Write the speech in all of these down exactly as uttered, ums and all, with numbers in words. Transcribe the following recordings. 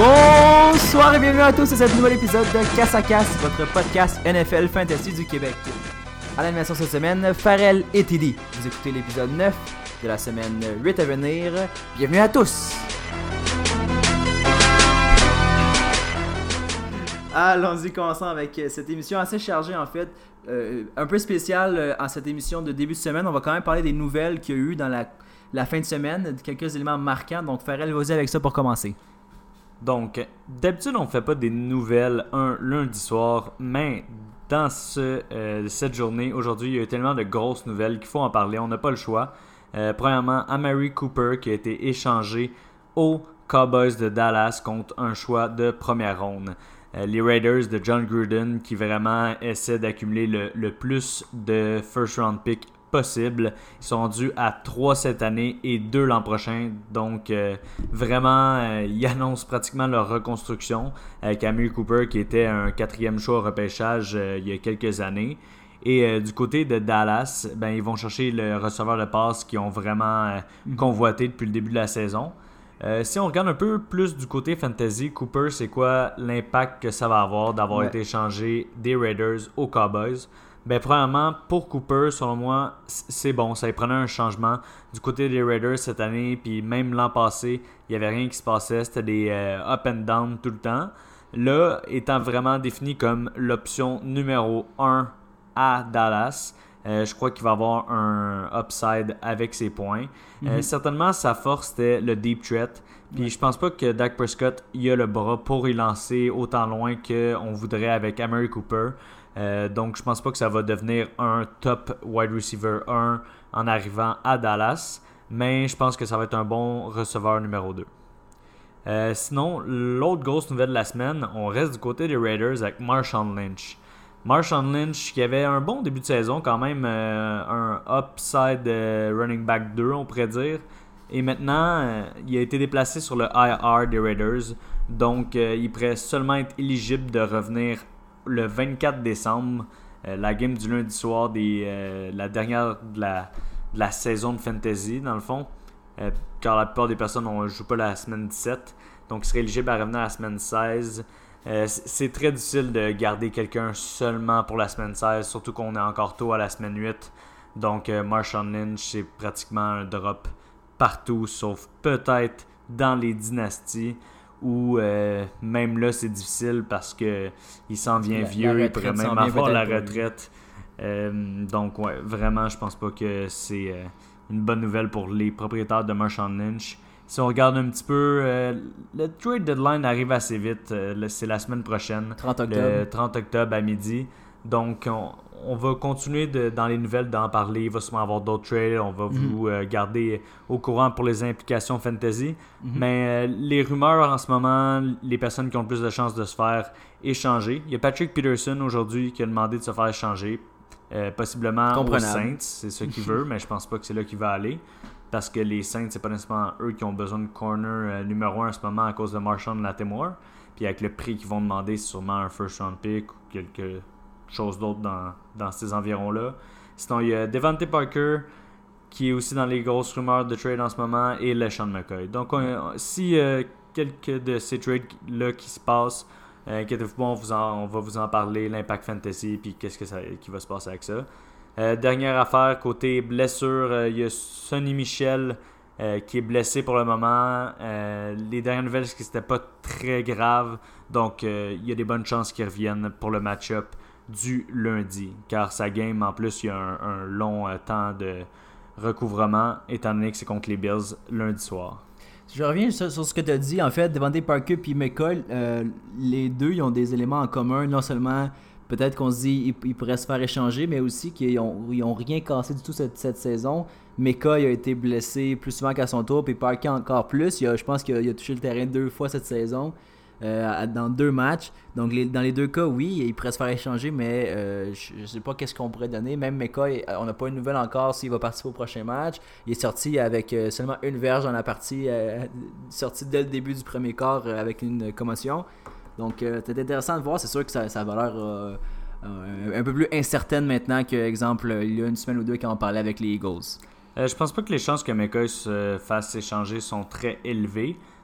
Bonsoir et bienvenue à tous à ce nouvel épisode de Casse à Casse, votre podcast N F L Fantasy du Québec. À l'animation cette semaine, Pharrell et T D. Vous écoutez l'épisode neuf de la semaine huit à venir. Bienvenue à tous! Allons-y, commençons avec cette émission assez chargée en fait, euh, un peu spéciale euh, en cette émission de début de semaine. On va quand même parler des nouvelles qu'il y a eu dans la, la fin de semaine, quelques éléments marquants. Donc Pharrell, vas-y avec ça pour commencer. Donc, d'habitude, on ne fait pas des nouvelles un lundi soir, mais dans ce, euh, cette journée, aujourd'hui, il y a eu tellement de grosses nouvelles qu'il faut en parler. On n'a pas le choix. Euh, premièrement, Amari Cooper qui a été échangé aux Cowboys de Dallas contre un choix de première ronde. Euh, les Raiders de John Gruden qui vraiment essaient d'accumuler le, le plus de first round pick possible. Ils sont rendus à trois cette année et deux l'an prochain. Donc, euh, vraiment, euh, ils annoncent pratiquement leur reconstruction avec Amari Cooper qui était un quatrième choix au repêchage euh, il y a quelques années. Et euh, du côté de Dallas, ben, ils vont chercher le receveur de passe qu'ils ont vraiment euh, convoité depuis le début de la saison. Euh, si on regarde un peu plus du côté fantasy, Cooper, c'est quoi l'impact que ça va avoir d'avoir ouais. été échangé des Raiders aux Cowboys? Ben, premièrement, pour Cooper, selon moi, c'est bon. Ça y prenait un changement du côté des Raiders cette année, puis même l'an passé, il n'y avait rien qui se passait. C'était des euh, up and down tout le temps. Là, étant vraiment défini comme l'option numéro un à Dallas, Euh, je crois qu'il va avoir un upside avec ses points. Mm-hmm. Euh, certainement, sa force, c'était le deep threat. Puis ouais. je pense pas que Dak Prescott il a le bras pour y lancer autant loin qu'on voudrait avec Amari Cooper. Euh, donc, je pense pas que ça va devenir un top wide receiver un en arrivant à Dallas. Mais je pense que ça va être un bon receveur numéro deux. Euh, sinon, l'autre grosse nouvelle de la semaine, on reste du côté des Raiders avec Marshawn Lynch. Marshawn Lynch qui avait un bon début de saison quand même, euh, un upside euh, running back deux on pourrait dire. Et maintenant, euh, il a été déplacé sur le I R des Raiders. Donc, euh, il pourrait seulement être éligible de revenir le vingt-quatre décembre, euh, la game du lundi soir, des, euh, la dernière de la, de la saison de Fantasy dans le fond. Euh, car la plupart des personnes ne jouent pas la semaine dix-sept. Donc, il serait éligible à revenir à la semaine seize. Euh, c'est très difficile de garder quelqu'un seulement pour la semaine seize, surtout qu'on est encore tôt à la semaine huit. Donc, euh, Marshawn Lynch, c'est pratiquement un drop partout, sauf peut-être dans les dynasties où euh, même là, c'est difficile parce qu'il s'en vient la, vieux, la il pourrait même avoir la retraite. Euh, donc, ouais, vraiment, je pense pas que c'est euh, une bonne nouvelle pour les propriétaires de Marshawn Lynch. Si on regarde un petit peu, euh, le trade deadline arrive assez vite. Euh, c'est la semaine prochaine. trente octobre. Le trente octobre à midi. Donc, on, on va continuer de, dans les nouvelles d'en parler. Il va sûrement avoir d'autres trades. On va mm-hmm. vous euh, garder au courant pour les implications fantasy. Mm-hmm. Mais euh, les rumeurs en ce moment, les personnes qui ont le plus de chances de se faire échanger. Il y a Patrick Peterson aujourd'hui qui a demandé de se faire échanger. Euh, possiblement aux Saints. C'est ce qu'il veut, mais je pense pas que c'est là qu'il va aller. Parce que les Saints, c'est pas nécessairement eux qui ont besoin de corner euh, numéro un en ce moment à cause de Marshawn Lattimore. Puis avec le prix qu'ils vont demander, c'est sûrement un first round pick ou quelque chose d'autre dans, dans ces environs-là. Sinon, il y a Devante Parker qui est aussi dans les grosses rumeurs de trade en ce moment et LeSean McCoy. Donc, on, si euh, quelques de ces trades-là qui se passent, euh, inquiétez-vous pas, on, vous en, on va vous en parler, l'impact fantasy, puis qu'est-ce que ça, qui va se passer avec ça. Euh, dernière affaire, côté blessure, il euh, y a Sonny Michel euh, qui est blessé pour le moment. Euh, les dernières nouvelles, c'est que c'était pas très grave. Donc, il euh, y a des bonnes chances qu'il revienne pour le match-up du lundi. Car sa game, en plus, il y a un, un long euh, temps de recouvrement, étant donné que c'est contre les Bills lundi soir. Je reviens sur, sur ce que tu as dit. En fait, Devante Parker et McCoy, euh, les deux, ils ont des éléments en commun. Non seulement... Peut-être qu'on se dit qu'ils pourraient se faire échanger, mais aussi qu'ils n'ont rien cassé du tout cette, cette saison. McCoy a été blessé plus souvent qu'à son tour, puis Parker encore plus. Il a, je pense qu'il a, il a touché le terrain deux fois cette saison, euh, dans deux matchs. Donc, les, dans les deux cas, oui, il pourrait se faire échanger, mais euh, je ne sais pas qu'est-ce qu'on pourrait donner. Même McCoy, on n'a pas une nouvelle encore s'il va participer au prochain match. Il est sorti avec euh, seulement une verge dans la partie, euh, sorti dès le début du premier quart euh, avec une commotion. Donc, euh, c'est intéressant de voir. C'est sûr que ça, ça va l'air euh, euh, un peu plus incertaine maintenant que, exemple, il y a une semaine ou deux quand on parlait avec les Eagles. Euh, je pense pas que les chances que McCoy se fasse échanger sont très élevées.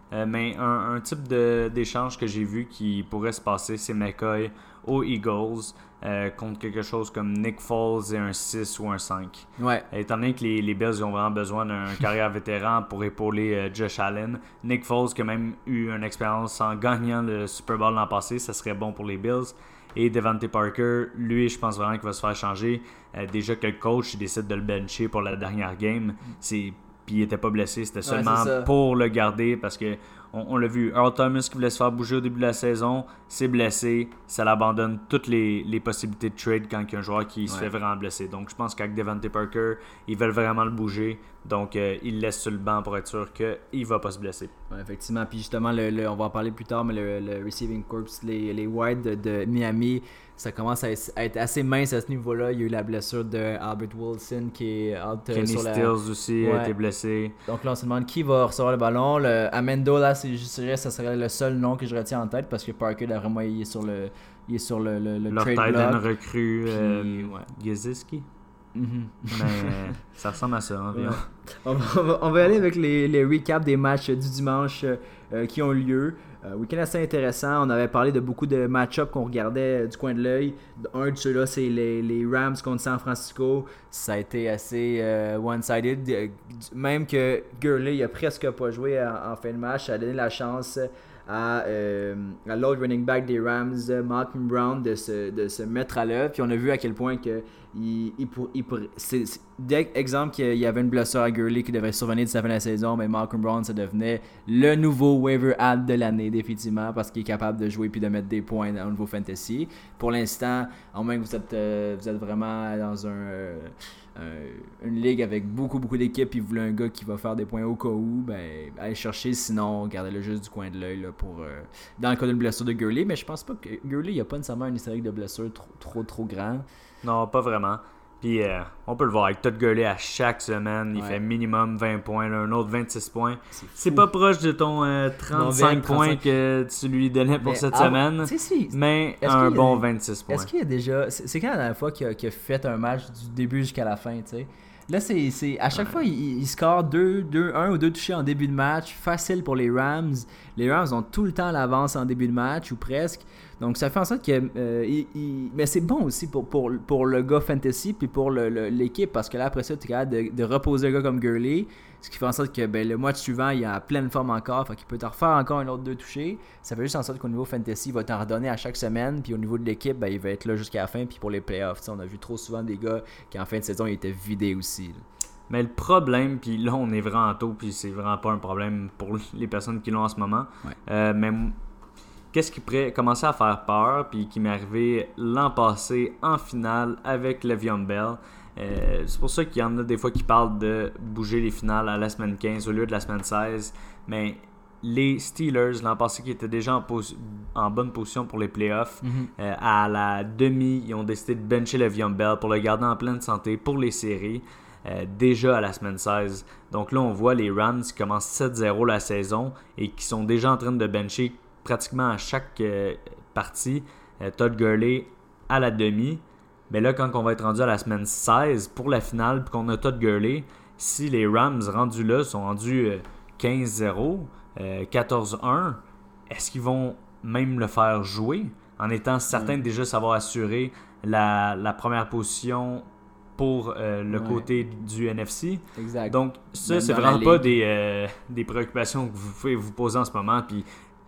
Euh, mais un, un type de, d'échange que j'ai vu qui pourrait se passer, c'est McCoy aux Eagles euh, contre quelque chose comme Nick Foles et un six ou un cinq. Ouais. Étant donné que les, les Bills ont vraiment besoin d'un carrière vétéran pour épauler euh, Josh Allen, Nick Foles qui a même eu une expérience en gagnant le Super Bowl l'an passé, ça serait bon pour les Bills. Et Devante Parker, lui, je pense vraiment qu'il va se faire changer. Euh, déjà que le coach décide de le bencher pour la dernière game, c'est... puis il était pas blessé, c'était seulement ouais, pour le garder parce que on, on l'a vu, Earl Thomas qui voulait se faire bouger au début de la saison, s'est blessé, ça l'abandonne toutes les, les possibilités de trade quand il y a un joueur qui ouais. se fait vraiment blesser. Donc je pense qu'avec Devante Parker, ils veulent vraiment le bouger, donc euh, ils le laissent sur le banc pour être sûr qu'il va pas se blesser. Ouais, effectivement, puis justement, le, le, on va en parler plus tard, mais le, le receiving corps, les, les wides de, de Miami, ça commence à être assez mince à ce niveau-là. Il y a eu la blessure de Albert Wilson qui est out Kenny sur la... Stills aussi ouais. a été blessé. Donc là, on se demande qui va recevoir le ballon. Le Amendo, là, c'est, je dirais, ça serait le seul nom que je retiens en tête parce que Parker, d'après moi, il est sur le, il est sur le, le, le Leur trade block. Leur tight end recrue, puis, euh, ouais. Gesicki. Mm-hmm. Mais euh, ça ressemble à ça environ. Ouais. On, va, on va aller avec les, les recaps des matchs du dimanche euh, qui ont lieu. Euh, week-end assez intéressant. On avait parlé de beaucoup de match-ups qu'on regardait euh, du coin de l'œil. Un de ceux-là, c'est les, les Rams contre San Francisco. Ça a été assez euh, one-sided. Euh, même que Gurley, il a presque pas joué en, en fin de match. Ça a donné la chance à, euh, à l'autre running back des Rams, Malcolm Brown, de se, de se mettre à l'œuvre. Puis on a vu à quel point que il, il, pour, il pour, c'est, c'est, dès exemple qu'il y avait une blessure à Gurley qui devrait survenir d'ici la fin de la saison, mais Malcolm Brown, ça devenait le nouveau waiver ad de l'année définitivement parce qu'il est capable de jouer puis de mettre des points au niveau fantasy. Pour l'instant, en moins que vous êtes, euh, vous êtes vraiment dans un... Euh, Euh, une ligue avec beaucoup beaucoup d'équipes et vous voulez un gars qui va faire des points au cas où, ben allez chercher, sinon gardez-le juste du coin de l'œil là, pour euh, dans le cas d'une blessure de Gurley. Mais je pense pas que Gurley, il n'y a pas nécessairement un historique de blessure trop trop trop grand. Non, pas vraiment. Puis euh, on peut le voir avec Todd Gurley à chaque semaine, il ouais. fait minimum vingt points, là, un autre vingt-six points. C'est, c'est pas proche de ton euh, trente-cinq points que tu lui donnais pour mais, cette ah, semaine, si, mais un bon des, vingt-six points. Est-ce qu'il y a déjà... C'est, c'est quand la dernière fois qu'il a, qu'il a fait un match du début jusqu'à la fin, tu sais? Là, c'est, c'est à chaque ouais. fois, il, il score deux, deux, un ou deux touchés en début de match. Facile pour les Rams. Les Rams ont tout le temps l'avance en début de match, ou presque. Donc, ça fait en sorte que... Euh, il, il... Mais c'est bon aussi pour, pour, pour le gars fantasy puis pour le, le, l'équipe. Parce que là, après ça, tu es capable de, de reposer un gars comme Gurley. Ce qui fait en sorte que ben, le mois suivant, il est en pleine forme encore. Fait qu'il peut te refaire encore un autre deux touchés. Ça fait juste en sorte qu'au niveau fantasy, il va t'en redonner à chaque semaine. Puis au niveau de l'équipe, ben, il va être là jusqu'à la fin. Puis pour les playoffs, on a vu trop souvent des gars qui en fin de saison, ils étaient vidés aussi. Là. Mais le problème, puis là, on est vraiment tôt. Puis c'est vraiment pas un problème pour les personnes qui l'ont en ce moment. Ouais. Euh, mais... Qu'est-ce qui pourrait commencer à faire peur, puis qui m'est arrivé l'an passé en finale avec Le'Veon Bell. Euh, c'est pour ça qu'il y en a des fois qui parlent de bouger les finales à la semaine quinze au lieu de la semaine seize. Mais les Steelers, l'an passé, qui étaient déjà en, pos- en bonne position pour les playoffs, mm-hmm. euh, à la demi, ils ont décidé de bencher Le'Veon Bell pour le garder en pleine santé pour les séries. Euh, déjà à la semaine seize. Donc là, on voit les Rams qui commencent sept zéro la saison et qui sont déjà en train de bencher pratiquement à chaque euh, partie, euh, Todd Gurley à la demi. Mais là, quand on va être rendu à la semaine seize pour la finale, puis qu'on a Todd Gurley, si les Rams rendus là sont rendus euh, quinze zéro, euh, quatorze un, est-ce qu'ils vont même le faire jouer en étant certains de déjà savoir assurer la, la première position pour euh, le ouais. côté du N F C? Exact. Donc, ça, même c'est vraiment pas des, euh, des préoccupations que vous pouvez vous poser en ce moment, puis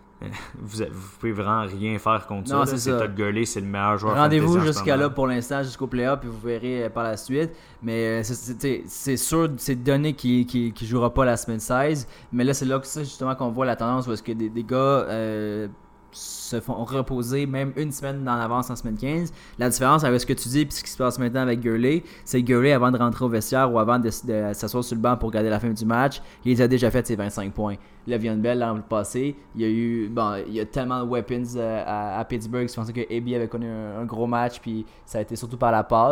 Vous, vous pouvez vraiment rien faire contre non, ça. C'est, c'est Todd Gurley, c'est le meilleur joueur. Rendez-vous jusqu'à là pour l'instant, jusqu'au play-off, puis vous verrez par la suite. Mais c'est, c'est, c'est sûr, c'est donné qu'il ne jouera pas la semaine seize. Mais là, c'est là que ça, justement qu'on voit la tendance où est-ce que des, des gars euh, se font reposer même une semaine en avance en semaine quinze. La différence avec ce que tu dis et ce qui se passe maintenant avec Gurley, c'est que Gurley, avant de rentrer au vestiaire ou avant de, de s'asseoir sur le banc pour regarder la fin du match, il a déjà fait ses vingt-cinq points. Le'Veon Bell, l'an passé, il y a eu bon, il y a tellement de weapons euh, à, à Pittsburgh. Je pensais que A B avait connu un, un gros match, puis ça a été surtout par la passe.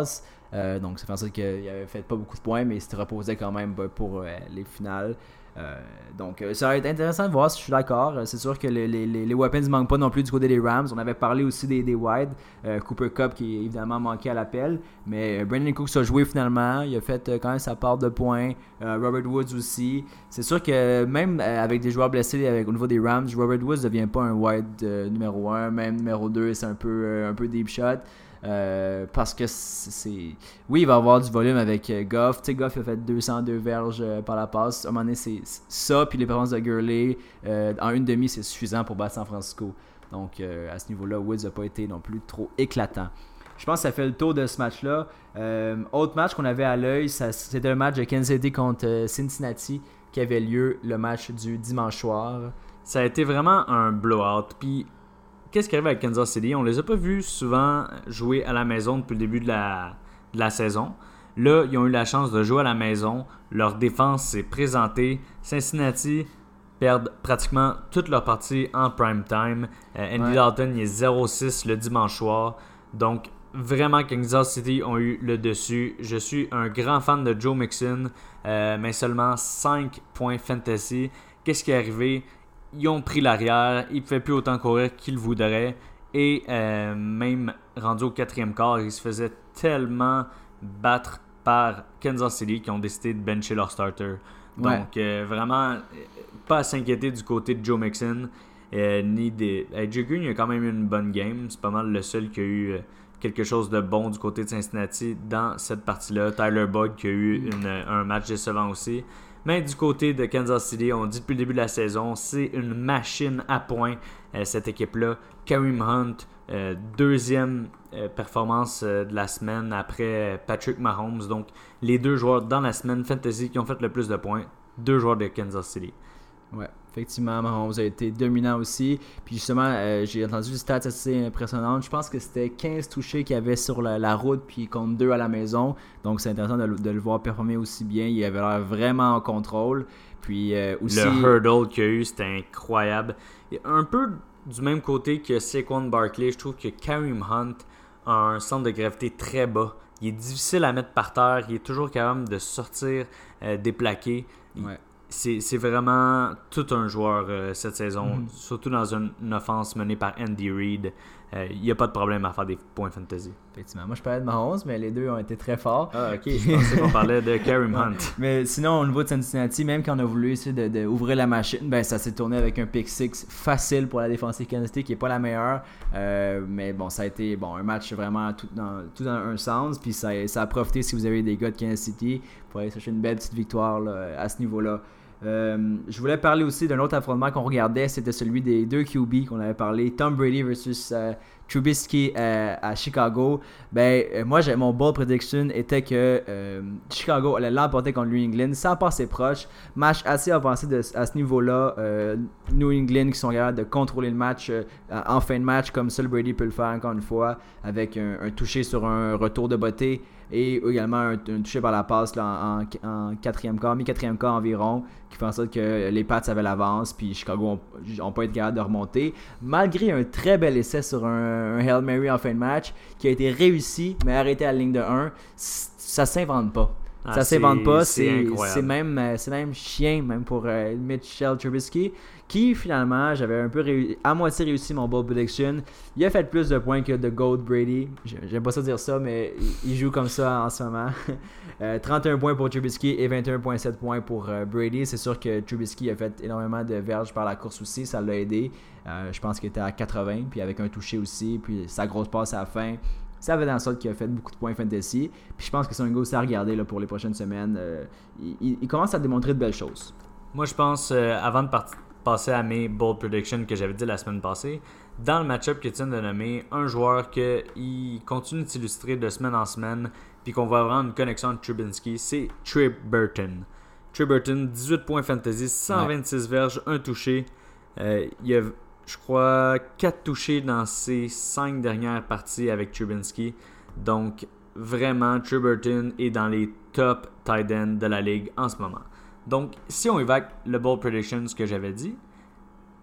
Euh, donc ça fait en sorte qu'il avait fait pas beaucoup de points, mais il s'était reposé quand même pour euh, les finales. Euh, donc euh, ça va être intéressant de voir si je suis d'accord. C'est sûr que les, les, les weapons ne manquent pas non plus du côté des Rams. On avait parlé aussi des, des wide. Euh, Cooper Kupp qui évidemment manqué à l'appel. Mais euh, Brandon Cooks a joué finalement. Il a fait euh, quand même sa part de points. Euh, Robert Woods aussi. C'est sûr que même euh, avec des joueurs blessés avec, au niveau des Rams, Robert Woods ne devient pas un wide euh, numéro un. Même numéro deux, c'est un peu, euh, un peu deep shot. Euh, parce que c'est oui, il va avoir du volume avec euh, Goff. Tu sais, Goff il a fait deux cent deux verges euh, par la passe. À un moment donné, c'est ça, puis les performances de Gurley euh, en une demi, c'est suffisant pour battre San Francisco. Donc euh, à ce niveau-là, Woods n'a pas été non plus trop éclatant. Je pense que ça fait le tour de ce match-là. Euh, autre match qu'on avait à l'œil, c'était un match de Kansas City contre euh, Cincinnati qui avait lieu le match du dimanche soir. Ça a été vraiment un blowout. Puis qu'est-ce qui arrive avec Kansas City? On les a pas vus souvent jouer à la maison depuis le début de la, de la saison. Là, ils ont eu la chance de jouer à la maison. Leur défense s'est présentée. Cincinnati perdent pratiquement toute leur partie en prime time. Euh, Andy ouais. Dalton il est zéro six le dimanche soir. Donc, vraiment, Kansas City ont eu le dessus. Je suis un grand fan de Joe Mixon, euh, mais seulement cinq points fantasy. Qu'est-ce qui est arrivé? Ils ont pris l'arrière, il ne fait plus autant courir qu'il voudrait. Et euh, même rendu au quatrième quart, ils se faisaient tellement battre par Kansas City qu'ils ont décidé de bencher leur starter. Ouais. Donc euh, vraiment, pas à s'inquiéter du côté de Joe Mixon. Euh, ni des... Hey, Joe Green, il a quand même eu une bonne game. C'est pas mal le seul qui a eu euh, quelque chose de bon du côté de Cincinnati dans cette partie-là. Tyler Boyd qui a eu une, un match décevant aussi. Mais du côté de Kansas City, on dit depuis le début de la saison, c'est une machine à points, euh, cette équipe-là. Kareem Hunt, euh, deuxième euh, performance euh, de la semaine après Patrick Mahomes. Donc, les deux joueurs dans la semaine fantasy qui ont fait le plus de points, deux joueurs de Kansas City. Ouais, effectivement, Mahomes a été dominant aussi. Puis justement, euh, j'ai entendu des stats assez impressionnantes. Je pense que c'était quinze touchés qu'il y avait sur la, la route, puis contre deux à la maison. Donc c'est intéressant de, de le voir performer aussi bien. Il avait l'air vraiment en contrôle. Puis euh, aussi... Le hurdle qu'il y a eu, c'était incroyable. Et un peu du même côté que Saquon Barkley, je trouve que Kareem Hunt a un centre de gravité très bas. Il est difficile à mettre par terre. Il est toujours capable de sortir euh, déplaqué. Il, ouais. C'est, c'est vraiment tout un joueur euh, cette saison, mm-hmm. surtout dans une, une offense menée par Andy Reid. Il euh, n'y a pas de problème à faire des points fantasy. Effectivement. Moi, je parlais de Mahomes, mais les deux ont été très forts. Ah, ok. Je pensais qu'on parlait de Kareem Hunt. Mais sinon, au niveau de Cincinnati, même quand on a voulu essayer de, de ouvrir la machine, ben, ça s'est tourné avec un pick six facile pour la défensive Kansas City, qui n'est pas la meilleure. Euh, mais bon, ça a été bon, un match vraiment tout dans, tout dans un sens. Puis ça, ça a profité si vous avez des gars de Kansas City pour aller chercher une belle petite victoire là, à ce niveau-là. Euh, je voulais parler aussi d'un autre affrontement qu'on regardait, c'était celui des deux Q B qu'on avait parlé, Tom Brady versus euh, Trubisky euh, à Chicago. Ben euh, moi j'ai, mon bold prediction était que euh, Chicago allait l'emporter contre New England sans passer proche. Match assez avancé de, à ce niveau-là. Euh, New England qui sont capables de contrôler le match euh, en fin de match comme seul Brady peut le faire encore une fois avec un, un touché sur un retour de beauté. Et également un, un touché par la passe là, en, en, en quatrième quart, mi-quatrième quart environ, qui fait en sorte que les Pats avaient l'avance, puis Chicago n'ont pas été capables de remonter. Malgré un très bel essai sur un, un Hail Mary en fin de match, qui a été réussi, mais arrêté à la ligne de un, ça s'invente pas. Ah, ça s'invente pas, c'est, c'est, c'est, même, c'est même chien, même pour euh, Mitchell Trubisky, qui finalement, j'avais un peu réussi, à moitié réussi mon bold prediction. Il a fait plus de points que The GOAT Brady. J'aime pas ça dire ça, mais il joue comme ça en ce moment. euh, trente et un points pour Trubisky et vingt et un virgule sept points pour euh, Brady. C'est sûr que Trubisky a fait énormément de verges par la course aussi, ça l'a aidé. Euh, je pense qu'il était à quatre-vingts, puis avec un touché aussi, puis sa grosse passe à la fin. Ça avait dans le sorte qu'il a fait beaucoup de points fantasy. Puis je pense que c'est un gars aussi à regarder là, pour les prochaines semaines. Euh, il, il commence à démontrer de belles choses. Moi, je pense, euh, avant de part- passer à mes bold predictions que j'avais dit la semaine passée, dans le match-up que tu viens de nommer, un joueur qui continue de s'illustrer de semaine en semaine, puis qu'on va avoir une connexion avec Trubisky, c'est Trey Burton. Trey Burton, dix-huit points fantasy, cent vingt-six ouais. verges, un touché. Euh, il y a... Je crois quatre touchés dans ses cinq dernières parties avec Trubisky. Donc, vraiment, Trey Burton est dans les top tight ends de la ligue en ce moment. Donc, si on évoque le bold prediction, ce que j'avais dit,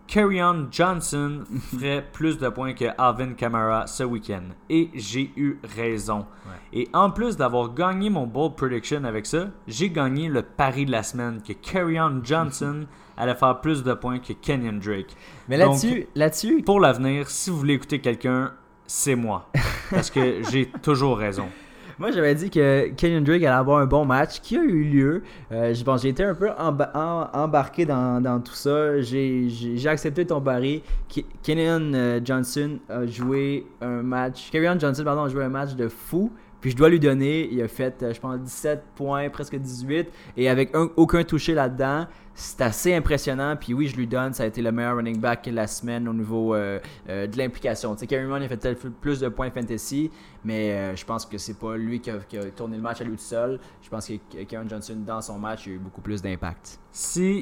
Kerryon Johnson ferait plus de points que Alvin Kamara ce week-end. Et j'ai eu raison. Ouais. Et en plus d'avoir gagné mon bold prediction avec ça, j'ai gagné le pari de la semaine que Kerryon Johnson allait faire plus de points que Kenyon Drake. Mais là-dessus, Donc, là-dessus... pour l'avenir, si vous voulez écouter quelqu'un, c'est moi. Parce que j'ai toujours raison. Moi, j'avais dit que Kenyon Drake allait avoir un bon match qui a eu lieu. Euh, bon, j'ai été un peu emba- en, embarqué dans, dans tout ça. J'ai, j'ai, j'ai accepté ton pari. Kenyon euh, Johnson a joué un match. Kerryon Johnson, pardon, a joué un match de fou. Puis je dois lui donner, il a fait, euh, je pense, dix-sept points, presque dix-huit. Et avec un, aucun touché là-dedans, c'est assez impressionnant. Puis oui, je lui donne, ça a été le meilleur running back de la semaine au niveau euh, euh, de l'implication. Tu sais, Kerryon a fait peut-être plus de points fantasy, mais euh, je pense que c'est pas lui qui a, qui a tourné le match à lui tout seul. Je pense que Kerryon Johnson, dans son match, il a eu beaucoup plus d'impact. Si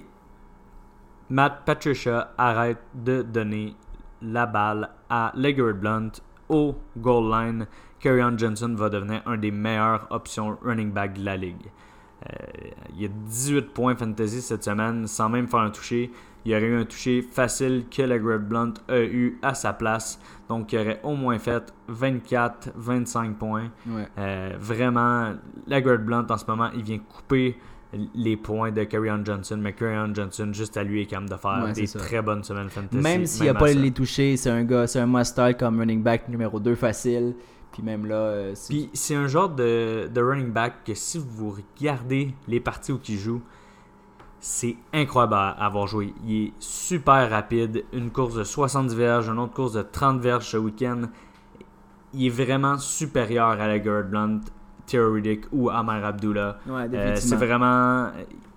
Matt Patricia arrête de donner la balle à LeGarrette Blount au goal line, Kerryon Johnson va devenir un des meilleures options running back de la ligue. Euh, il y a dix-huit points fantasy cette semaine sans même faire un touché. Il y aurait eu un touché facile que LeGarrette Blount a eu à sa place. Donc il aurait au moins fait vingt-quatre vingt-cinq points. Ouais. Euh, vraiment, LeGarrette Blount en ce moment, il vient couper les points de Kerryon Johnson, mais Kerryon Johnson, juste à lui, est capable de faire ouais, des très bonnes semaines fantasy. Même s'il n'a pas les touchés, c'est un gars, c'est un must-start comme running back numéro deux facile. Puis même là, euh, c'est... Puis c'est un genre de, de running back que si vous regardez les parties où il joue, c'est incroyable à avoir joué. Il est super rapide, une course de soixante-dix verges, une autre course de trente verges ce week-end. Il est vraiment supérieur à LeGarrette Blount, Theo Riddick ou Amer Abdullah. Ouais, euh, c'est vraiment...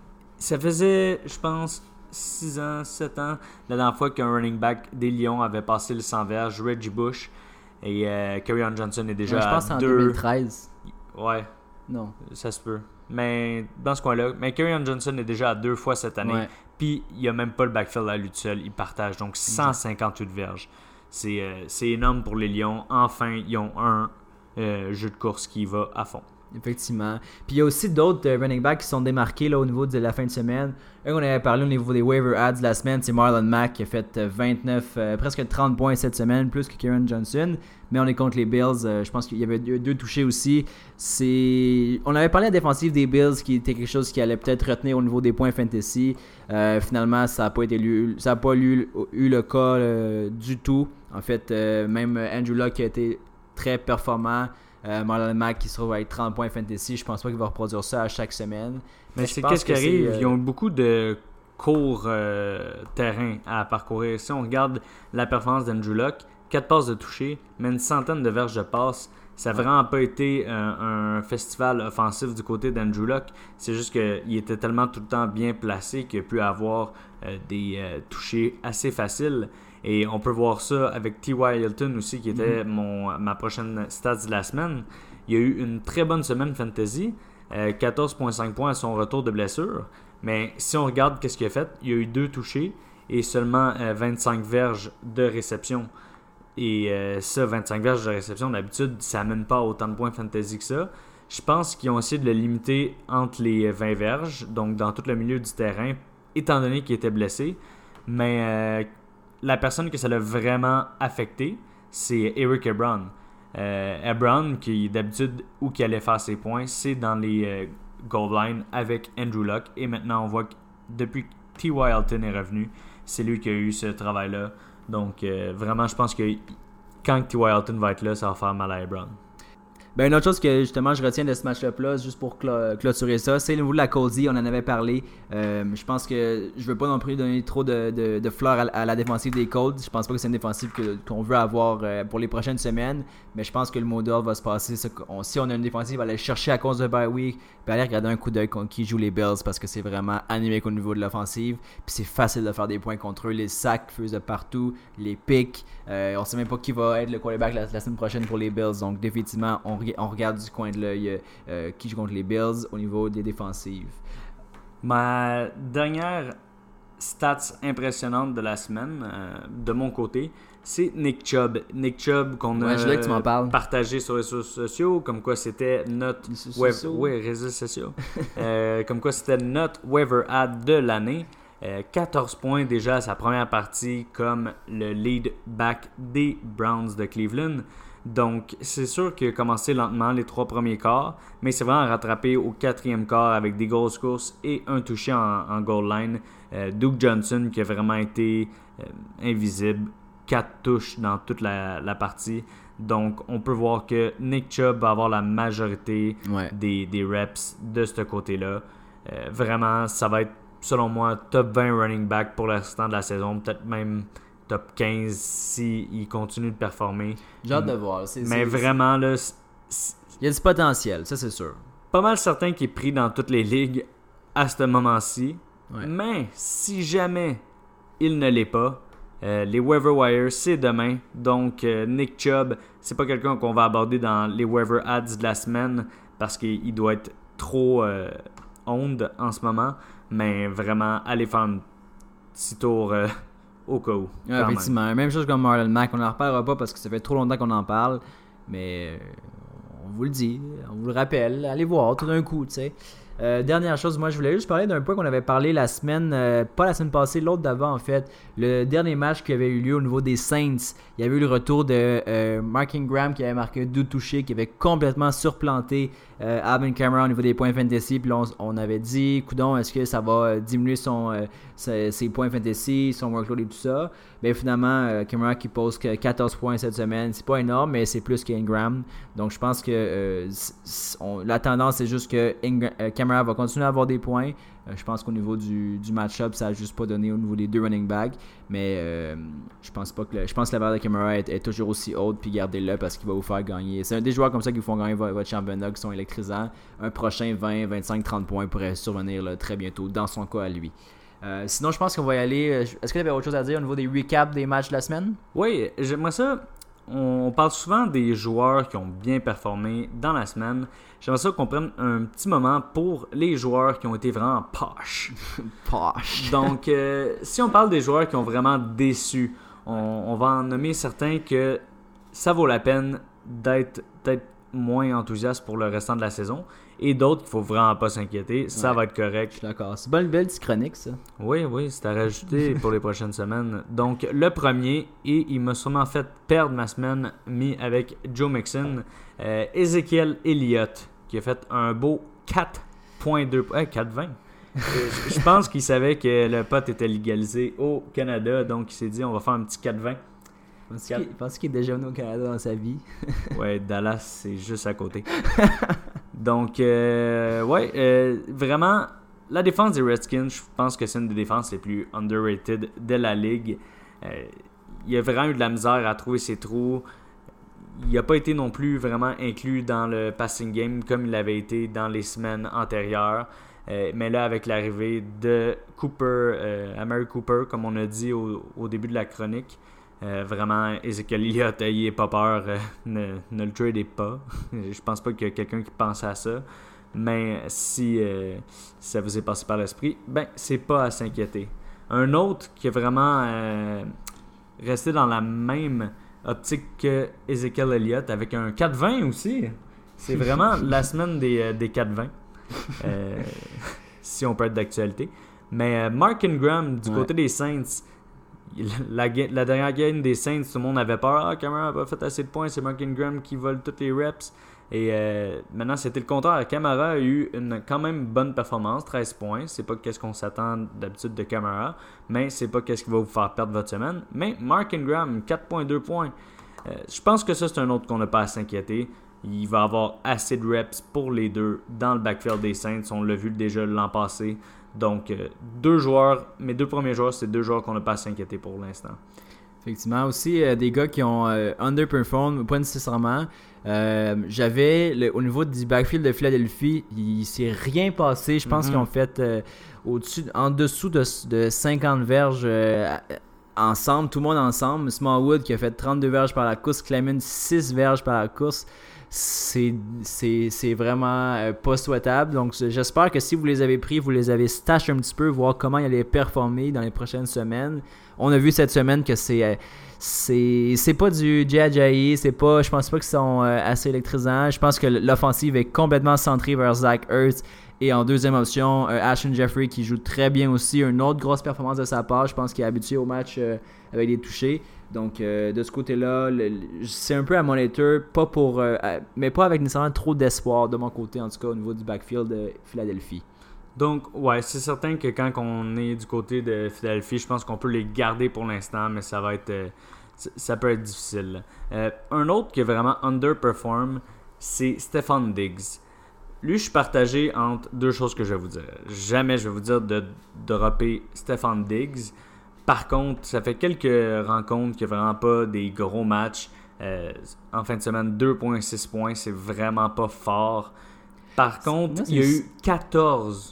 Ça faisait, je pense, six ans, sept ans, la dernière fois qu'un running back des Lions avait passé le cent verges, Reggie Bush. Et euh, Kerryon Johnson est déjà ouais, je pense à en deux... deux mille treize. Ouais. Non. Ça se peut. Mais dans ce coin-là, mais Kerryon Johnson est déjà à deux fois cette année. Ouais. Puis il n'y a même pas le backfield à lui tout seul. Il partage donc cent cinquante-huit verges. C'est, euh, c'est énorme pour les Lions. Enfin, ils ont un euh, jeu de course qui va à fond. Effectivement. Puis il y a aussi d'autres euh, running backs qui sont démarqués là, au niveau de la fin de semaine. Un qu'on avait parlé au niveau des waiver ads la semaine, c'est Marlon Mack qui a fait vingt-neuf, euh, presque trente points cette semaine, plus que Kerryon Johnson. Mais on est contre les Bills. Euh, je pense qu'il y avait deux, deux touchés aussi. C'est... On avait parlé de la défensive des Bills qui était quelque chose qui allait peut-être retenir au niveau des points fantasy. Euh, finalement, ça n'a pas, été lu, ça a pas eu, eu le cas euh, du tout. En fait, euh, même Andrew Luck a été très performant. Euh, Marlon Mack qui se retrouve avec trente points fantasy, je pense pas qu'il va reproduire ça à chaque semaine. Mais, Mais c'est qu'est-ce qui arrive, euh... ils ont beaucoup de courts euh, terrain à parcourir. Si on regarde la performance d'Andrew Luck, quatre passes de toucher, mais une centaine de verges de passes, ça n'a vraiment pas été un, un festival offensif du côté d'Andrew Luck. C'est juste qu'il était tellement tout le temps bien placé qu'il a pu avoir euh, des euh, touchés assez faciles. Et on peut voir ça avec T Y. Hilton aussi, qui était mm-hmm. mon, ma prochaine stats de la semaine. Il a eu une très bonne semaine fantasy, euh, quatorze virgule cinq points à son retour de blessure. Mais si on regarde qu'est-ce qu'il a fait, il a eu deux touchés et seulement euh, vingt-cinq verges de réception. Et euh, ça, vingt-cinq verges de réception, d'habitude, ça n'amène pas autant de points fantasy que ça. Je pense qu'ils ont essayé de le limiter entre les vingt verges, donc dans tout le milieu du terrain, étant donné qu'il était blessé. Mais... Euh, la personne que ça l'a vraiment affecté, c'est Eric Ebron. Euh, Ebron, qui d'habitude, où qu'il allait faire ses points, c'est dans les euh, goal line avec Andrew Luck. Et maintenant, on voit que depuis que T Y. Hilton est revenu, c'est lui qui a eu ce travail-là. Donc, euh, vraiment, je pense que quand T Y. Hilton va être là, ça va faire mal à Ebron. Ben, une autre chose que justement je retiens de ce match-up-là, juste pour cl- clôturer ça, c'est le niveau de la Coldy, on en avait parlé. Euh, je pense que je veux pas non plus donner trop de, de, de fleurs à, à la défensive des Colts. Je pense pas que c'est une défensive que, qu'on veut avoir euh, pour les prochaines semaines, mais je pense que le mot d'ordre va se passer. Ça, on, si on a une défensive, aller chercher à cause de bye week, puis aller regarder un coup d'œil contre qui joue les Bills parce que c'est vraiment animé au niveau de l'offensive. Puis c'est facile de faire des points contre eux. Les sacs fusent de partout, les pics. Euh, on sait même pas qui va être le quarterback la, la semaine prochaine pour les Bills. Donc définitivement, on on regarde du coin de l'œil euh, qui joue contre les Bills au niveau des défensives. Ma dernière stats impressionnante de la semaine, euh, de mon côté, c'est Nick Chubb. Nick Chubb qu'on ouais, a que tu m'en parles. partagé sur les réseaux sociaux, comme quoi c'était notre... Les réseaux sociaux. Oui, réseaux sociaux. euh, comme quoi c'était notre waiver ad de l'année. Euh, quatorze points déjà à sa première partie comme le lead back des Browns de Cleveland. Donc, c'est sûr qu'il a commencé lentement les trois premiers quarts, mais c'est vraiment rattrapé au quatrième quart avec des grosses courses et un touché en, en goal line. Euh, Duke Johnson qui a vraiment été euh, invisible, quatre touches dans toute la, la partie. Donc, on peut voir que Nick Chubb va avoir la majorité ouais. des, des reps de ce côté-là. Euh, vraiment, ça va être, selon moi, top vingt running back pour le restant de la saison, peut-être même top quinze s'il continue de performer. J'ai hâte de voir. C'est, Mais c'est, vraiment, là, c'est... il y a du potentiel, ça c'est sûr. Pas mal certain qu'il est pris dans toutes les ligues à ce moment-ci. Ouais. Mais si jamais il ne l'est pas, euh, les waiver wires, c'est demain. Donc, euh, Nick Chubb, c'est pas quelqu'un qu'on va aborder dans les waiver ads de la semaine parce qu'il doit être trop euh, owned en ce moment. Mais vraiment, allez faire un petit tour... Euh, au cas où. Ouais, effectivement. Même. même chose comme Marlon Mack. On n'en reparlera pas parce que ça fait trop longtemps qu'on en parle. Mais on vous le dit, on vous le rappelle. Allez voir tout d'un coup, tu sais. Euh, dernière chose, moi je voulais juste parler d'un point qu'on avait parlé la semaine, euh, pas la semaine passée, l'autre d'avant en fait. Le dernier match qui avait eu lieu au niveau des Saints. Il y avait eu le retour de euh, Mark Ingram qui avait marqué deux touchés, qui avait complètement surplanté euh, Alvin Kamara au niveau des points fantasy. Puis là, on, on avait dit, coudon, est-ce que ça va euh, diminuer son, euh, ses, ses points fantasy, son workload et tout ça. Ben finalement, euh, Kamara qui pose quatorze points cette semaine, c'est pas énorme, mais c'est plus qu'Ingram. Donc je pense que euh, on, la tendance c'est juste que Ingram, euh, Kamara va continuer à avoir des points. Euh, je pense qu'au niveau du, du match-up, ça n'a juste pas donné au niveau des deux running backs. Mais euh, je pense pas que le, je pense que la valeur de Kamara est, est toujours aussi haute, puis gardez-le parce qu'il va vous faire gagner. C'est un des joueurs comme ça qui vous font gagner votre, votre championnat, qui sont électrisants. Un prochain vingt, vingt-cinq, trente points pourrait survenir là, très bientôt dans son cas à lui. Euh, sinon, je pense qu'on va y aller. Est-ce qu'il y avait autre chose à dire au niveau des recaps des matchs de la semaine? Oui, j'aimerais ça. On parle souvent des joueurs qui ont bien performé dans la semaine. J'aimerais ça qu'on prenne un petit moment pour les joueurs qui ont été vraiment poches. Poche. Donc, euh, si on parle des joueurs qui ont vraiment déçu, on, on va en nommer certains que ça vaut la peine d'être peut-être moins enthousiaste pour le restant de la saison. Et d'autres qu'il ne faut vraiment pas s'inquiéter. Ça ouais, va être correct. Je suis d'accord. C'est une belle petite chronique, ça. Oui, oui, c'est à rajouter pour les prochaines semaines. Donc, le premier, et il m'a sûrement fait perdre ma semaine, mis avec Joe Mixon, euh, Ezekiel Elliott, qui a fait un beau quatre virgule deux... Euh, quatre virgule vingt. Je pense qu'il savait que le pot était légalisé au Canada, donc il s'est dit on va faire un petit quatre vingt. Penses-tu qu'il, penses-tu qu'il est déjà venu au Canada dans sa vie? Ouais, Dallas, c'est juste à côté. Donc, euh, ouais, euh, vraiment, la défense des Redskins, je pense que c'est une des défenses les plus underrated de la ligue. Euh, il a vraiment eu de la misère à trouver ses trous. Il n'a pas été non plus vraiment inclus dans le passing game comme il avait été dans les semaines antérieures. Euh, mais là, avec l'arrivée de Cooper, euh, Amari Cooper, comme on a dit au, au début de la chronique, Euh, vraiment, Ezekiel Elliott, il n'est pas peur, euh, ne, ne le tradez pas. Je pense pas qu'il y a quelqu'un qui pense à ça. Mais si, euh, si ça vous est passé par l'esprit, ben c'est pas à s'inquiéter. Un autre qui est vraiment euh, resté dans la même optique que Ezekiel Elliott, avec un quatre vingt aussi. C'est vraiment la semaine des, des quatre vingt. Euh, si on peut être d'actualité. Mais euh, Mark Ingram, du ouais. côté des Saints, La, la dernière game des Saints, tout le monde avait peur. Ah, Kamara n'a pas fait assez de points, c'est Mark Ingram qui vole toutes les reps. Et euh, maintenant, c'était le contraire. Kamara a eu une quand même bonne performance, treize points. C'est pas qu'est-ce qu'on s'attend d'habitude de Kamara, mais c'est pas qu'est-ce qui va vous faire perdre votre semaine. Mais Mark Ingram, quatre virgule deux points. Euh, je pense que ça, c'est un autre qu'on n'a pas à s'inquiéter. Il va avoir assez de reps pour les deux dans le backfield des Saints. On l'a vu déjà l'an passé. Donc, euh, deux joueurs, mes deux premiers joueurs, c'est deux joueurs qu'on n'a pas à s'inquiéter pour l'instant. Effectivement, aussi euh, des gars qui ont euh, underperformed, pas nécessairement. Euh, j'avais, le, au niveau du backfield de Philadelphie, il ne s'est rien passé. Je pense mm-hmm. qu'ils ont fait euh, au-dessus, en dessous de, de cinquante verges euh, ensemble, tout le monde ensemble. Smallwood qui a fait trente-deux verges par la course, Clement six verges par la course. C'est, c'est, c'est vraiment euh, pas souhaitable. Donc, j'espère que si vous les avez pris, vous les avez stash un petit peu, voir comment ils allaient performer dans les prochaines semaines. On a vu cette semaine que c'est euh, c'est, c'est pas du J J, c'est pas, je pense pas qu'ils sont euh, assez électrisants. Je pense que l'offensive est complètement centrée vers Zach Ertz Et en deuxième option, euh, Ashton Jeffrey qui joue très bien aussi. Une autre grosse performance de sa part. Je pense qu'il est habitué au match euh, avec des touchés. Donc euh, de ce côté-là, le, le, c'est un peu à monitor, pas pour, euh, mais pas avec nécessairement trop d'espoir de mon côté, en tout cas au niveau du backfield de Philadelphie. Donc, ouais, c'est certain que quand on est du côté de Philadelphie, je pense qu'on peut les garder pour l'instant, mais ça va être, euh, ça peut être difficile. Euh, un autre qui est vraiment underperform, c'est Stefon Diggs. Lui, je suis partagé entre deux choses que je vais vous dire. Jamais je vais vous dire de dropper Stefon Diggs. Par contre, ça fait quelques rencontres qu'il n'y a vraiment pas des gros matchs. Euh, en fin de semaine, deux virgule six points, c'est vraiment pas fort. Par contre, il y a eu quatorze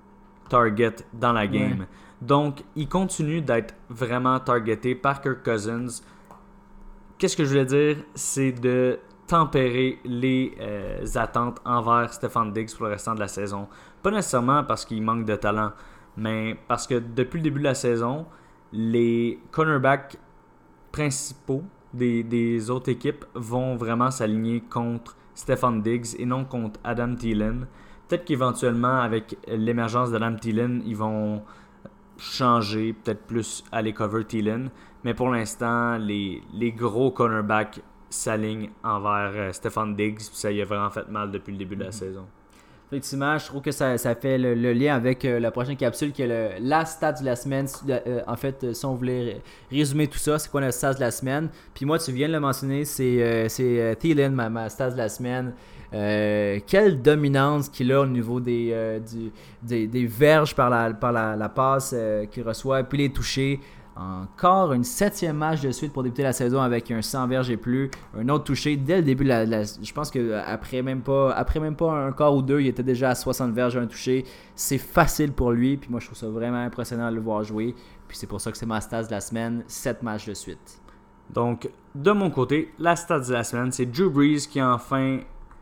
targets dans la game. Ouais. Donc, il continue d'être vraiment targeté par Kirk Cousins. Qu'est-ce que je voulais dire? C'est de tempérer les euh, attentes envers Stefon Diggs pour le restant de la saison. Pas nécessairement parce qu'il manque de talent, mais parce que depuis le début de la saison, les cornerbacks principaux des, des autres équipes vont vraiment s'aligner contre Stefon Diggs et non contre Adam Thielen. Peut-être qu'éventuellement, avec l'émergence d'Adam Thielen, ils vont changer, peut-être plus aller cover Thielen. Mais pour l'instant, les, les gros cornerbacks s'alignent envers euh, Stefon Diggs. Puis ça y a vraiment fait mal depuis le début de la mm-hmm. saison. Effectivement, je trouve que ça, ça fait le, le lien avec euh, la prochaine capsule qui est le, la stat de la semaine. Euh, en fait, si on voulait résumer tout ça, c'est quoi la stat de la semaine? Puis moi, tu viens de le mentionner, c'est, euh, c'est euh, Thielen, ma, ma stat de la semaine. Euh, quelle dominance qu'il a au niveau des, euh, du, des, des verges par la, par la, la passe euh, qu'il reçoit, puis les touchés. Encore une septième match de suite pour débuter la saison avec un cent verges et plus, un autre touché dès le début de la, la je pense qu'après même pas après même pas un quart ou deux, il était déjà à soixante verges, un touché. C'est facile pour lui, puis moi je trouve ça vraiment impressionnant de le voir jouer, puis c'est pour ça que c'est ma stats de la semaine, sept matchs de suite. Donc de mon côté, la stats de la semaine, c'est Drew Brees qui a enfin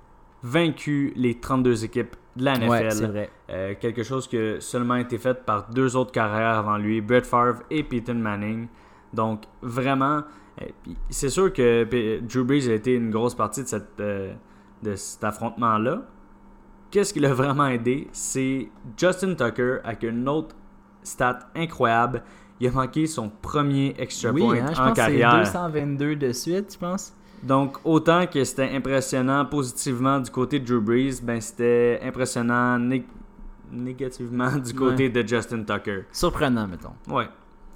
vaincu les trente-deux équipes de la N F L. Ouais, c'est vrai. Euh, quelque chose qui a seulement été fait par deux autres carrières avant lui, Brett Favre et Peyton Manning. Donc, vraiment, euh, c'est sûr que Drew Brees a été une grosse partie de, cette, euh, de cet affrontement-là. Qu'est-ce qui l'a vraiment aidé? C'est Justin Tucker avec une autre stat incroyable. Il a manqué son premier extra oui, point hein, en je pense carrière. Que c'est deux cent vingt-deux de suite, je pense. Donc, autant que c'était impressionnant positivement du côté de Drew Brees, ben c'était impressionnant né- négativement du côté ouais. de Justin Tucker. Surprenant, mettons. Ouais.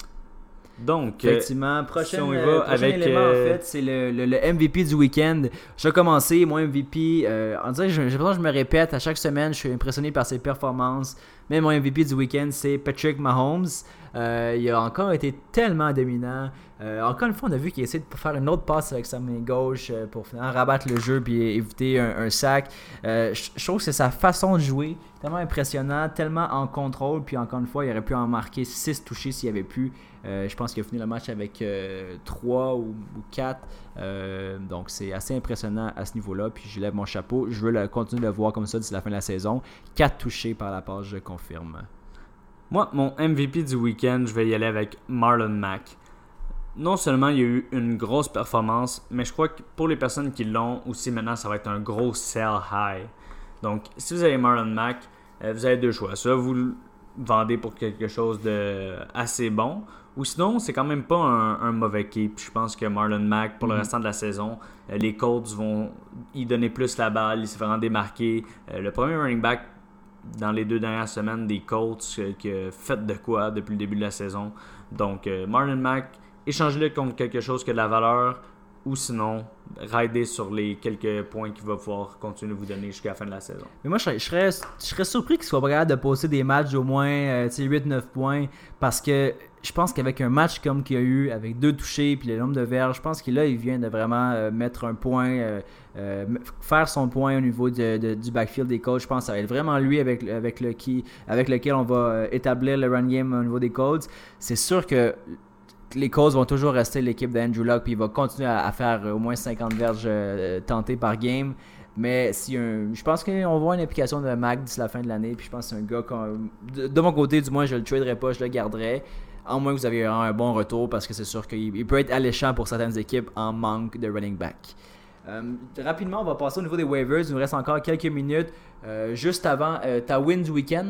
Donc, effectivement, prochain, si on y va euh, prochain avec, élément, euh... en fait, c'est le, le, le M V P du week-end. Je vais commencer, moi, M V P, euh, en disant, j'ai l'impression que je me répète à chaque semaine, je suis impressionné par ses performances, mais mon M V P du week-end, c'est Patrick Mahomes. Euh, il a encore été tellement dominant. Euh, encore une fois, on a vu qu'il essaie de faire une autre passe avec sa main gauche euh, pour finalement rabattre le jeu et éviter un, un sac. Euh, je trouve que c'est sa façon de jouer, tellement impressionnant, tellement en contrôle. Puis encore une fois, il aurait pu en marquer six touchés s'il n'y avait plus. Euh, je pense qu'il a fini le match avec euh, trois ou, ou quatre. Euh, donc c'est assez impressionnant à ce niveau-là. Puis je lève mon chapeau. Je veux le, continuer de le voir comme ça d'ici la fin de la saison. quatre touchés par la passe, je confirme. Moi, mon M V P du week-end, je vais y aller avec Marlon Mack. Non seulement il y a eu une grosse performance, mais je crois que pour les personnes qui l'ont aussi, maintenant, ça va être un gros sell high. Donc, si vous avez Marlon Mack, euh, vous avez deux choix. Soit vous le vendez pour quelque chose de assez bon, ou sinon, c'est quand même pas un, un mauvais keep. Je pense que Marlon Mack, pour mm-hmm. le restant de la saison, euh, les Colts vont y donner plus la balle, il s'est vraiment démarqué. Euh, le premier running back dans les deux dernières semaines des Colts euh, qui a fait de quoi depuis le début de la saison. Donc, euh, Marlon Mack, échangez-le contre quelque chose qui a de la valeur, ou sinon, rider sur les quelques points qu'il va pouvoir continuer de vous donner jusqu'à la fin de la saison. Mais moi, je serais, je serais, je serais surpris qu'il soit pas capable de poster des matchs d'au moins euh, huit neuf points, parce que je pense qu'avec un match comme qu'il y a eu, avec deux touchés puis le nombre de verges, je pense qu'il là, il vient de vraiment euh, mettre un point, euh, euh, faire son point au niveau de, de, du backfield des Colts. Je pense que ça va être vraiment lui avec, avec, le, qui, avec lequel on va euh, établir le run game au niveau des Colts. C'est sûr que les Colts vont toujours rester l'équipe d'Andrew Luck, puis il va continuer à, à faire au moins cinquante verges euh, tentées par game. Mais si un, je pense qu'on va voir une application de Mac d'ici la fin de l'année, puis je pense que c'est un gars de, de mon côté, du moins, je le traderai pas, je le garderai. En moins que vous avez un bon retour, parce que c'est sûr qu'il il peut être alléchant pour certaines équipes en manque de running back. Euh, rapidement, on va passer au niveau des waivers. Il nous reste encore quelques minutes. Euh, juste avant, euh, ta win du week-end?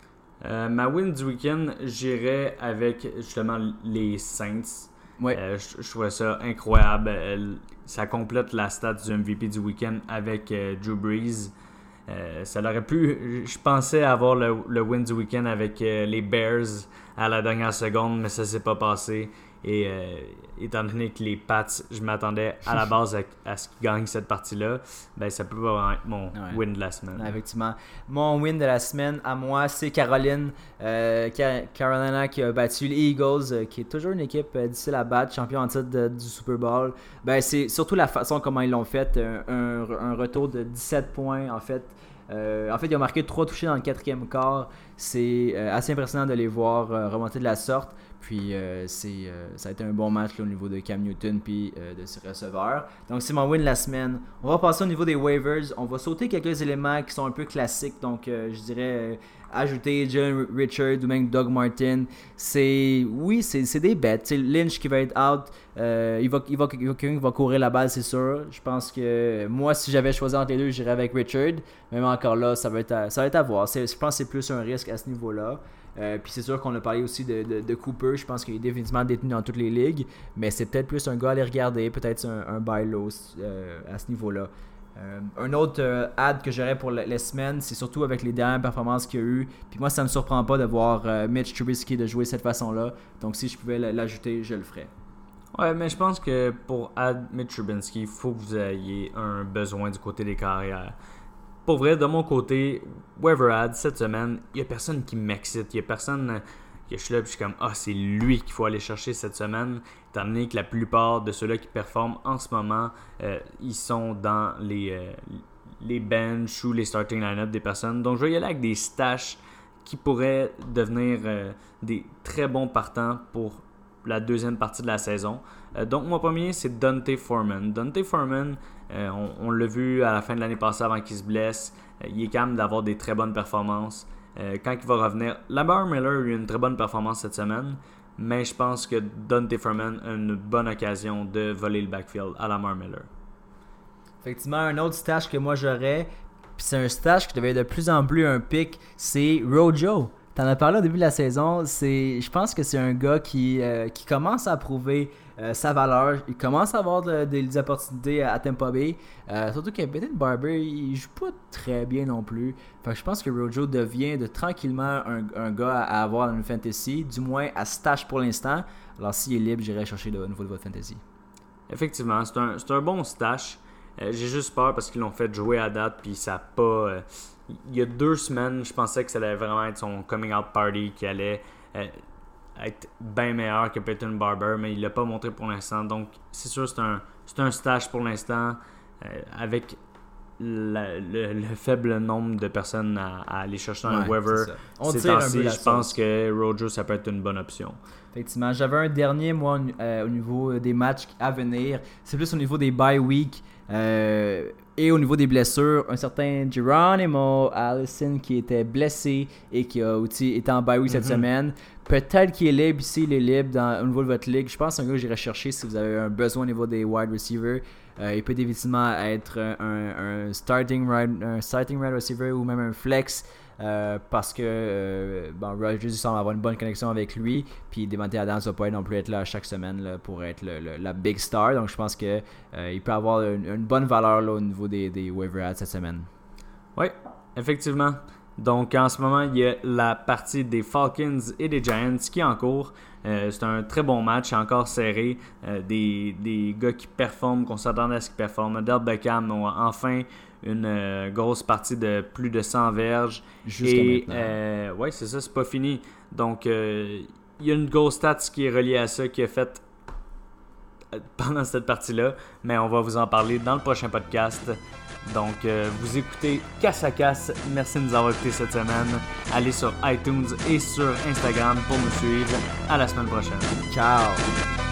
Euh, ma win du week-end, j'irai avec justement les Saints. Ouais. Euh, je, je trouvais ça incroyable. Euh, ça complète la stat du M V P du week-end avec euh, Drew Brees. Euh, ça aurait pu. Je pensais avoir le, le win du week-end avec euh, les Bears à la dernière seconde, mais ça s'est pas passé. Et euh, étant donné que les Pats, je m'attendais à la base à, à ce qu'ils gagnent cette partie-là, ben ça peut vraiment être mon ouais. win de la semaine. Ouais, effectivement. Mon win de la semaine, à moi, c'est Caroline. Euh, Carolina qui a battu les Eagles, euh, qui est toujours une équipe euh, difficile à battre, champion en titre de, du Super Bowl. Ben, c'est surtout la façon comment ils l'ont fait. Un, un, un retour de dix-sept points, en fait. Euh, en fait, ils ont marqué trois touchés dans le quatrième quart. C'est euh, assez impressionnant de les voir euh, remonter de la sorte. Puis euh, c'est, euh, ça a été un bon match là, au niveau de Cam Newton puis euh, de ses receveurs. Donc c'est mon win de la semaine. On va passer au niveau des waivers. On va sauter quelques éléments qui sont un peu classiques. Donc euh, je dirais euh, ajouter Jalen Richard ou même Doug Martin. C'est, oui, c'est, c'est des bêtes. T'sais, Lynch qui va être out. Euh, il va, il va, il va, il va courir la balle, c'est sûr. Je pense que moi, si j'avais choisi entre les deux, j'irais avec Richard. Même encore là, ça va être à, ça va être à voir. C'est, je pense que c'est plus un risque à ce niveau-là. Euh, puis c'est sûr qu'on a parlé aussi de, de, de Cooper. Je pense qu'il est définitivement détenu dans toutes les ligues. Mais c'est peut-être plus un gars à aller regarder. Peut-être un, un buy low euh, à ce niveau-là. Euh, un autre euh, ad que j'aurais pour les semaines, c'est surtout avec les dernières performances qu'il y a eu. Puis moi, ça me surprend pas de voir euh, Mitch Trubisky de jouer de cette façon-là. Donc si je pouvais l'ajouter, je le ferais. Ouais, mais je pense que pour add Mitch Trubisky, il faut que vous ayez un besoin du côté des carrières. Pour vrai, de mon côté, waiver ad cette semaine, il n'y a personne qui m'excite. Il n'y a personne que je suis là et je suis comme « Ah, c'est lui qu'il faut aller chercher cette semaine ». Étant donné que la plupart de ceux-là qui performent en ce moment, euh, ils sont dans les, euh, les bench ou les starting line-up des personnes. Donc, je vais y aller avec des stashes qui pourraient devenir euh, des très bons partants pour la deuxième partie de la saison. Euh, donc, mon premier, c'est Dante Foreman. Dante Foreman, euh, on, on l'a vu à la fin de l'année passée avant qu'il se blesse. Euh, il est capable d'avoir des très bonnes performances. Euh, quand il va revenir, Lamar Miller a eu une très bonne performance cette semaine, mais je pense que Dante Foreman a une bonne occasion de voler le backfield à Lamar Miller. Effectivement, un autre stash que moi j'aurais, puis c'est un stash qui devient de plus en plus un pick, c'est Rojo. T'en as parlé au début de la saison. C'est, je pense que c'est un gars qui, euh, qui commence à prouver euh, sa valeur. Il commence à avoir de, de, des opportunités à, à Tampa Bay. Euh, surtout que peut-être Barber, il joue pas très bien non plus. Fait que je pense que Rojo devient de tranquillement un, un gars à, à avoir dans une fantasy, du moins à stash pour l'instant. Alors s'il est libre, j'irai chercher le niveau de votre fantasy. Effectivement, c'est un, c'est un bon stash. Euh, j'ai juste peur parce qu'ils l'ont fait jouer à date, puis ça n'a pas... Euh, il y a deux semaines, je pensais que ça allait vraiment être son coming out party, qui allait euh, être bien meilleur que Peyton Barber, mais il ne l'a pas montré pour l'instant. Donc, c'est sûr, c'est un, c'est un stash pour l'instant, euh, avec la, le, le faible nombre de personnes à, à aller chercher dans ouais, le waiver. C'est ces temps-ci, je pense que Rojo, ça peut être une bonne option. Effectivement. J'avais un dernier, moi, euh, au niveau des matchs à venir. C'est plus au niveau des bye week. Euh, et au niveau des blessures, un certain Geronimo Allison qui était blessé et qui a aussi été en bye week mm-hmm. cette semaine. Peut-être qu'il est libre ici, il est libre dans, au niveau de votre ligue. Je pense que c'est un gars que j'irai chercher si vous avez un besoin au niveau des wide receivers. Euh, il peut définitivement être un, un, starting wide, un starting wide receiver ou même un flex. Euh, parce que euh, bon, Rodgers semble avoir une bonne connexion avec lui, puis Devontae Adams va pas non plus être là chaque semaine là, pour être le, le, la big star, donc je pense que euh, il peut avoir une, une bonne valeur là, au niveau des, des waiver ads cette semaine. Oui, effectivement. Donc en ce moment, il y a la partie des Falcons et des Giants qui est en cours. Euh, c'est un très bon match, encore serré. Euh, des, des gars qui performent, qu'on s'attendait à ce qu'ils performent. Odell Beckham ont enfin une euh, grosse partie de plus de cent verges. Jusqu'à et maintenant. Euh, ouais, c'est ça, c'est pas fini. Donc euh, il y a une grosse stat qui est reliée à ça qui est faite pendant cette partie-là. Mais on va vous en parler dans le prochain podcast. Donc, euh, vous écoutez Casse à Casse. Merci de nous avoir écoutés cette semaine. Allez sur iTunes et sur Instagram pour nous suivre. À la semaine prochaine. Ciao!